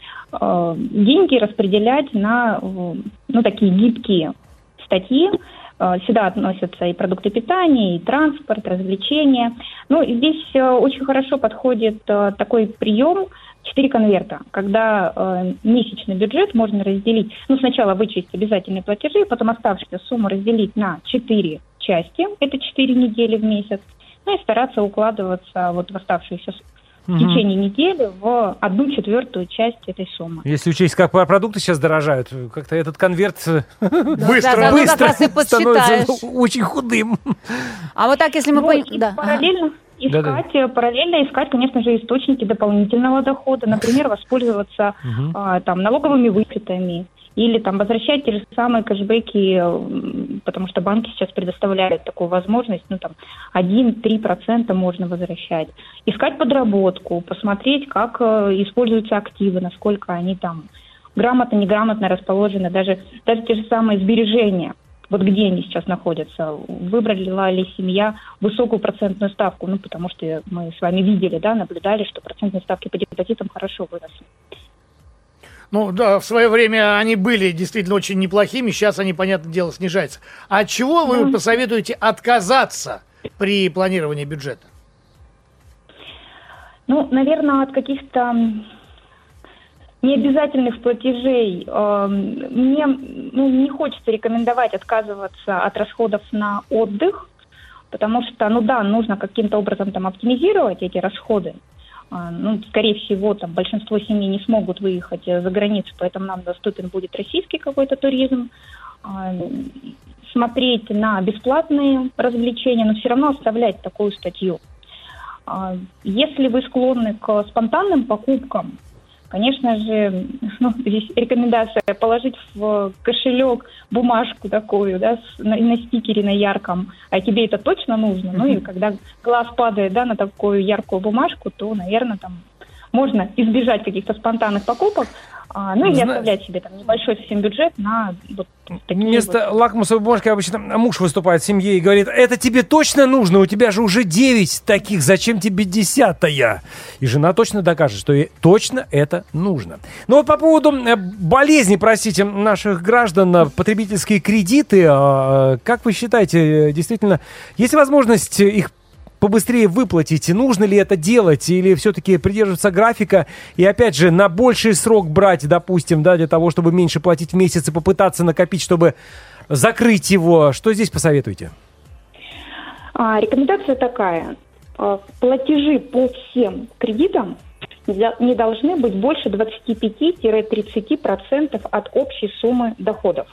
э, деньги распределять на ну, такие гибкие статьи. Сюда относятся и продукты питания, и транспорт, развлечения. Ну, здесь очень хорошо подходит такой прием четыре конверта, когда месячный бюджет можно разделить, ну, сначала вычесть обязательные платежи, потом оставшуюся сумму разделить на четыре части, это четыре недели в месяц, ну, и стараться укладываться вот в оставшуюся в течение недели в одну четвертую часть этой суммы. Если учесть, как продукты сейчас дорожают, как-то этот конверт быстро, да, быстро ну, становится очень худым. А вот так, если мы... Ну, пон... и да. параллельно, искать, да, да. параллельно искать, конечно же, источники дополнительного дохода. Например, воспользоваться угу. а, там, налоговыми вычетами. Или там возвращать те же самые кэшбэки, потому что банки сейчас предоставляют такую возможность, ну там один-три процента можно возвращать. Искать подработку, посмотреть, как используются активы, насколько они там грамотно, неграмотно расположены, даже, даже те же самые сбережения. Вот где они сейчас находятся, выбрала ли семья высокую процентную ставку, ну потому что мы с вами видели, да, наблюдали, что процентные ставки по депозитам хорошо выросли. Ну да, в свое время они были действительно очень неплохими, сейчас они, понятное дело, снижаются. А от чего вы посоветуете отказаться при планировании бюджета? Ну, наверное, от каких-то необязательных платежей. Мне ну, не хочется рекомендовать отказываться от расходов на отдых, потому что, ну да, нужно каким-то образом там оптимизировать эти расходы. Ну, скорее всего, там большинство семей не смогут выехать за границу, поэтому нам доступен будет российский какой-то туризм. Смотреть на бесплатные развлечения, но все равно оставлять такую статью. Если вы склонны к спонтанным покупкам, конечно же, ну, здесь рекомендация положить в кошелек бумажку такую, да, на, на стикере на ярком, а тебе это точно нужно. Mm-hmm. Ну и когда глаз падает, да, на такую яркую бумажку, то, наверное, там можно избежать каких-то спонтанных покупок, а, ну или Зна... оставлять себе там небольшой совсем бюджет на вот такие Вместо вот... лакмусовой бумажки обычно муж выступает в семье и говорит: это тебе точно нужно, у тебя же уже девять таких, зачем тебе десятая? И жена точно докажет, что ей точно это нужно. Но вот по поводу болезни, простите, наших граждан, потребительские кредиты, как вы считаете, действительно, есть возможность их побыстрее выплатить? Нужно ли это делать или все-таки придерживаться графика и, опять же, на больший срок брать, допустим, да, для того, чтобы меньше платить в месяц и попытаться накопить, чтобы закрыть его? Что здесь посоветуете? А, рекомендация такая. Платежи по всем кредитам не должны быть больше двадцать пять-тридцать процентов от общей суммы доходов.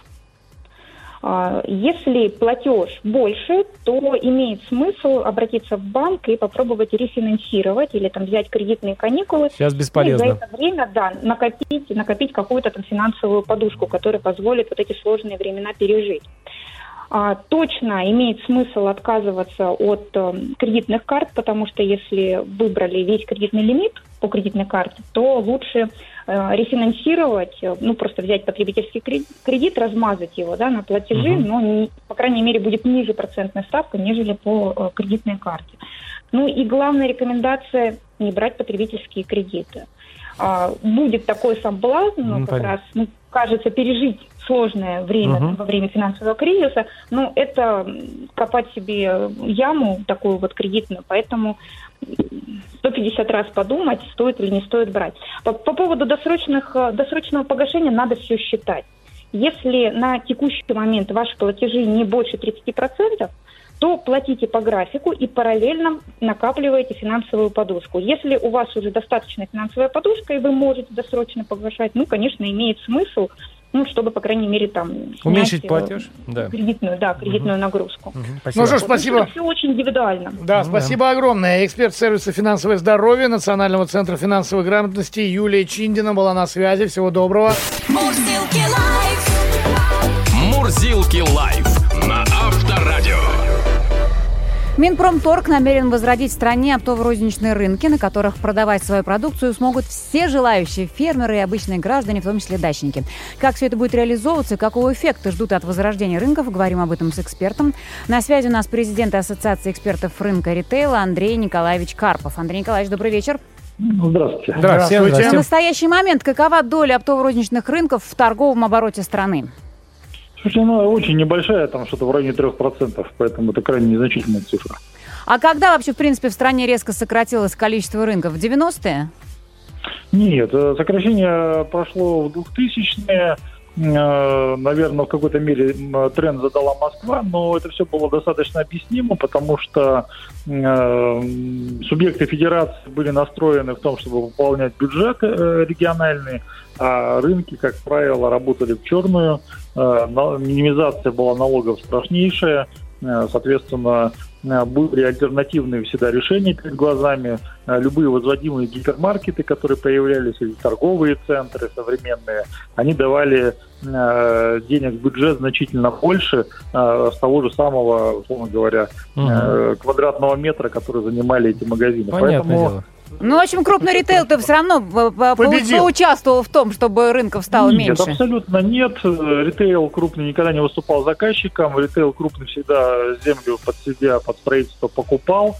Если платеж больше, то имеет смысл обратиться в банк и попробовать рефинансировать или там взять кредитные каникулы. Сейчас бесполезно. И за это время, да, накопить, накопить какую-то там финансовую подушку, которая позволит вот эти сложные времена пережить. А, точно имеет смысл отказываться от э, кредитных карт, потому что если выбрали весь кредитный лимит по кредитной карте, то лучше э, рефинансировать, э, ну просто взять потребительский кредит, кредит, размазать его, да, на платежи, uh-huh. но не, по крайней мере будет ниже процентная ставка, нежели по э, кредитной карте. Ну и главная рекомендация — не брать потребительские кредиты. А, будет такой соблазн, ну, как раз, ну, кажется, пережить сложное время Мгм. во время финансового кризиса, но это копать себе яму такую вот кредитную, поэтому сто пятьдесят раз подумать, стоит или не стоит брать. По, по поводу досрочных, э, досрочного погашения надо все считать. Если на текущий момент ваши платежи не больше тридцать процентов, то платите по графику и параллельно накапливаете финансовую подушку. Если у вас уже достаточная финансовая подушка, и вы можете досрочно погашать, ну, конечно, имеет смысл, ну, чтобы, по крайней мере, там... Уменьшить снять, платеж? э, Да. Кредитную, да, кредитную нагрузку. Мгм, Ну спасибо. что ж, спасибо. Все очень индивидуально. Да, Ну, спасибо огромное. Эксперт сервиса «Финансовое здоровье» Национального центра финансовой грамотности Юлия Чиндина была на связи. Всего доброго. Мурзилки лайф на Авторадио. Минпромторг намерен возродить в стране оптово-розничные рынки, на которых продавать свою продукцию смогут все желающие фермеры и обычные граждане, в том числе дачники. Как все это будет реализовываться и какого эффекта ждут от возрождения рынков, говорим об этом с экспертом. На связи у нас президент Ассоциации экспертов рынка ритейла Андрей Николаевич Карпов. Андрей Николаевич, добрый вечер. Здравствуйте. Здравствуйте. На Здравствуйте. настоящий момент какова доля оптово-розничных рынков в торговом обороте страны? Слушайте, ну, очень небольшая, там что-то в районе трех процентов, поэтому это крайне незначительная цифра. А когда вообще, в принципе, в стране резко сократилось количество рынков? В девяностые? Нет, э, сокращение прошло в двухтысячные. Э, Наверное, в какой-то мере м, тренд задала Москва, но это все было достаточно объяснимо, потому что э, субъекты федерации были настроены в том, чтобы выполнять бюджеты э, региональные, а рынки, как правило, работали в черную. Э, на- Минимизация была налогов страшнейшая. Э, Соответственно, э, были альтернативные всегда решения перед глазами. Э, Любые возводимые гипермаркеты, которые появлялись, или торговые центры современные, они давали э, денег в бюджет значительно больше э, с того же самого, условно говоря, э, квадратного метра, который занимали эти магазины. Понятное Поэтому дело. Ну, в общем, крупный ритейл-то все равно э, по- Победил. поучаствовал в том, чтобы рынков стало нет, меньше. абсолютно нет. Ритейл крупный никогда не выступал заказчиком. Ритейл крупный всегда землю под себя, под строительство покупал.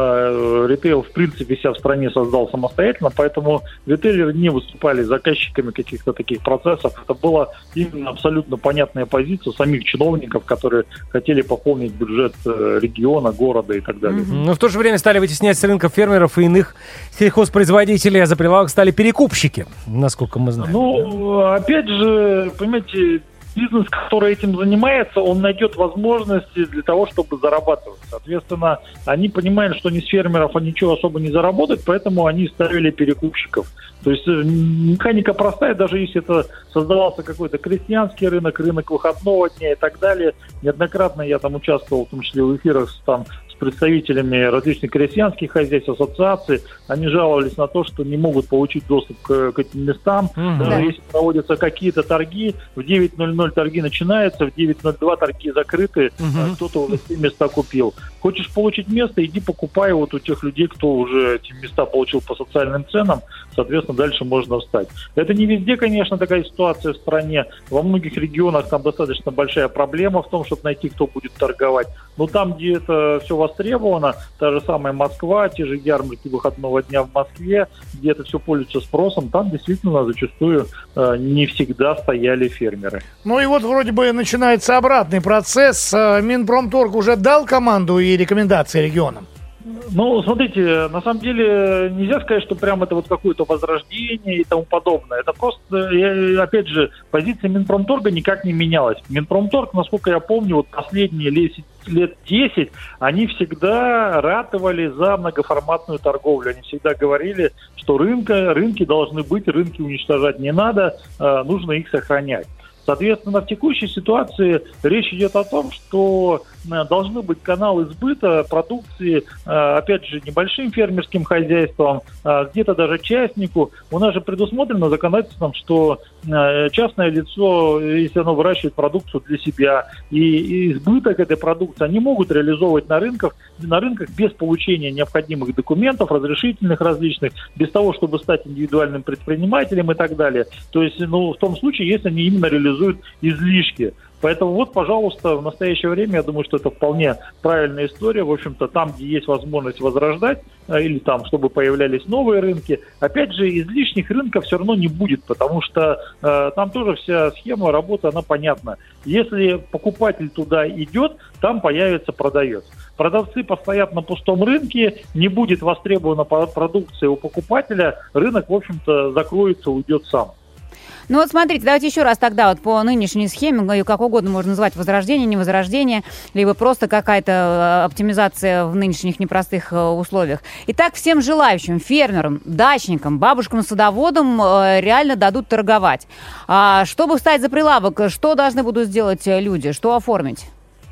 Э, Ритейл, в принципе, себя в стране создал самостоятельно, поэтому ритейлеры не выступали заказчиками каких-то таких процессов. Это была именно абсолютно понятная позиция самих чиновников, которые хотели пополнить бюджет э, региона, города и так далее. Но в то же время стали вытеснять с рынков фермеров и иных сельхозпроизводителей, а за прилавок стали перекупщики, насколько мы знаем. Ну, опять же, понимаете, бизнес, который этим занимается, он найдет возможности для того, чтобы зарабатывать. Соответственно, они понимают, что ни с фермеров они ничего особо не заработают, поэтому они ставили перекупщиков. То есть э, механика простая, даже если это создавался какой-то крестьянский рынок, рынок выходного дня и так далее. Неоднократно я там участвовал, в том числе в эфирах с, там, с представителями различных крестьянских хозяйств, ассоциаций. Они жаловались на то, что не могут получить доступ к, к этим местам. Мгм. Даже Да. если проводятся какие-то торги, в девять ноль ноль торги начинаются, в девять ноль два торги закрыты, Мгм. а кто-то уже эти места купил. Хочешь получить место, иди покупай вот у тех людей, кто уже эти места получил по социальным ценам, соответственно, дальше можно встать. Это не везде, конечно, такая ситуация в стране. Во многих регионах там достаточно большая проблема в том, чтобы найти, кто будет торговать. Но там, где это все востребовано, та же самая Москва, те же ярмарки выходного дня в Москве, где это все пользуется спросом, там действительно зачастую э, не всегда стояли фермеры. Ну и вот вроде бы начинается обратный процесс. Э, Минпромторг уже дал команду и рекомендации регионам? Ну, смотрите, на самом деле нельзя сказать, что прям это вот какое-то возрождение и тому подобное. Это просто, я- опять же, позиция Минпромторга никак не менялась. Минпромторг, насколько я помню, вот последние лет, лет десять, они всегда ратовали за многоформатную торговлю. Они всегда говорили, что рынка, рынки должны быть, рынки уничтожать не надо, э, нужно их сохранять. Соответственно, в текущей ситуации речь идет о том, что э, должны быть каналы сбыта продукции, э, опять же, небольшим фермерским хозяйством, э, где-то даже частнику. У нас же предусмотрено законодательством, что э, частное лицо, если оно выращивает продукцию для себя, и, и избыток этой продукции они могут реализовывать на рынках, на рынках без получения необходимых документов, разрешительных различных, без того, чтобы стать индивидуальным предпринимателем и так далее. То есть, ну, в том случае, если они именно реализуют излишки. Поэтому вот, пожалуйста, в настоящее время, я думаю, что это вполне правильная история. В общем-то, там, где есть возможность возрождать, или там, чтобы появлялись новые рынки, опять же, излишних рынков все равно не будет, потому что э, там тоже вся схема работы, она понятна. Если покупатель туда идет, там появится продавец. Продавцы постоят на пустом рынке, не будет востребована продукция у покупателя, рынок, в общем-то, закроется, уйдет сам. Ну вот смотрите, давайте еще раз тогда вот по нынешней схеме, ее как угодно можно назвать, возрождение, невозрождение, либо просто какая-то оптимизация в нынешних непростых условиях. Итак, всем желающим, фермерам, дачникам, бабушкам-садоводам реально дадут торговать. А чтобы встать за прилавок, что должны будут сделать люди, что оформить?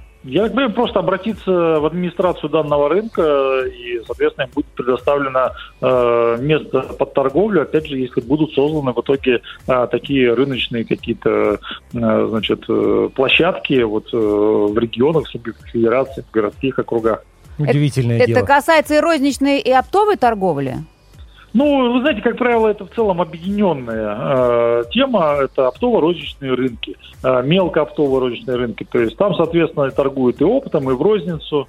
Я так понимаю, просто обратиться в администрацию данного рынка, и, соответственно, им будет предоставлено э, место под торговлю, опять же, если будут созданы в итоге э, такие рыночные какие-то э, значит, э, площадки вот, э, в регионах, в субъектах федерации, в городских округах. Удивительное это, дело. Это касается и розничной, и оптовой торговли? Ну, вы знаете, как правило, это в целом объединенная э, тема. Это оптово-розничные рынки, э, мелкооптово-розничные рынки. То есть там, соответственно, торгуют и оптом, и в розницу.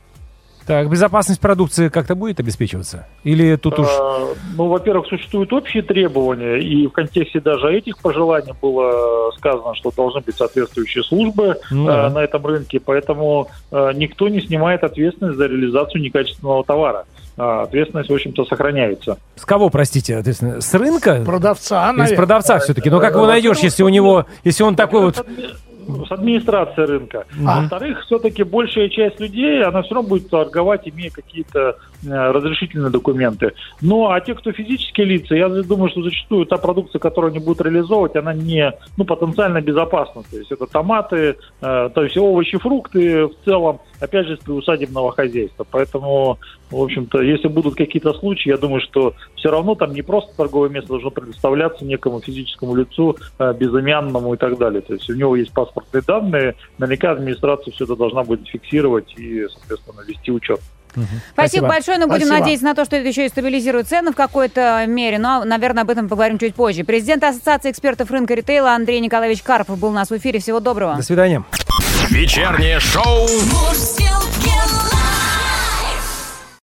Так, безопасность продукции как-то будет обеспечиваться? Или тут уж... Э, ну, во-первых, существуют общие требования, и в контексте даже этих пожеланий было сказано, что должны быть соответствующие службы ну, да. э, на этом рынке, поэтому э, никто не снимает ответственность за реализацию некачественного товара. Ответственность, в общем-то, сохраняется. С кого, простите, ответственно? С рынка? С продавца, наверное. Или с продавца все-таки? Но как его найдешь, если у него, если он такой вот... С администрации рынка. А. Во-вторых, все-таки большая часть людей, она все равно будет торговать, имея какие-то э, разрешительные документы. Ну, а те, кто физические лица, я думаю, что зачастую та продукция, которую они будут реализовывать, она не, ну, потенциально безопасна. То есть это томаты, э, то есть овощи, фрукты в целом, опять же, с приусадебного хозяйства. Поэтому, в общем-то, если будут какие-то случаи, я думаю, что все равно там не просто торговое место должно предоставляться некому физическому лицу, э, безымянному и так далее. То есть у него есть паспортные данные, наверняка администрация все это должна будет фиксировать и, соответственно, вести учет. Угу. Спасибо, Спасибо большое, но будем Спасибо. надеяться на то, что это еще и стабилизирует цены в какой-то мере, но, наверное, об этом поговорим чуть позже. Президент Ассоциации экспертов рынка ритейла Андрей Николаевич Карпов был у нас в эфире. Всего доброго. До свидания. Вечернее шоу.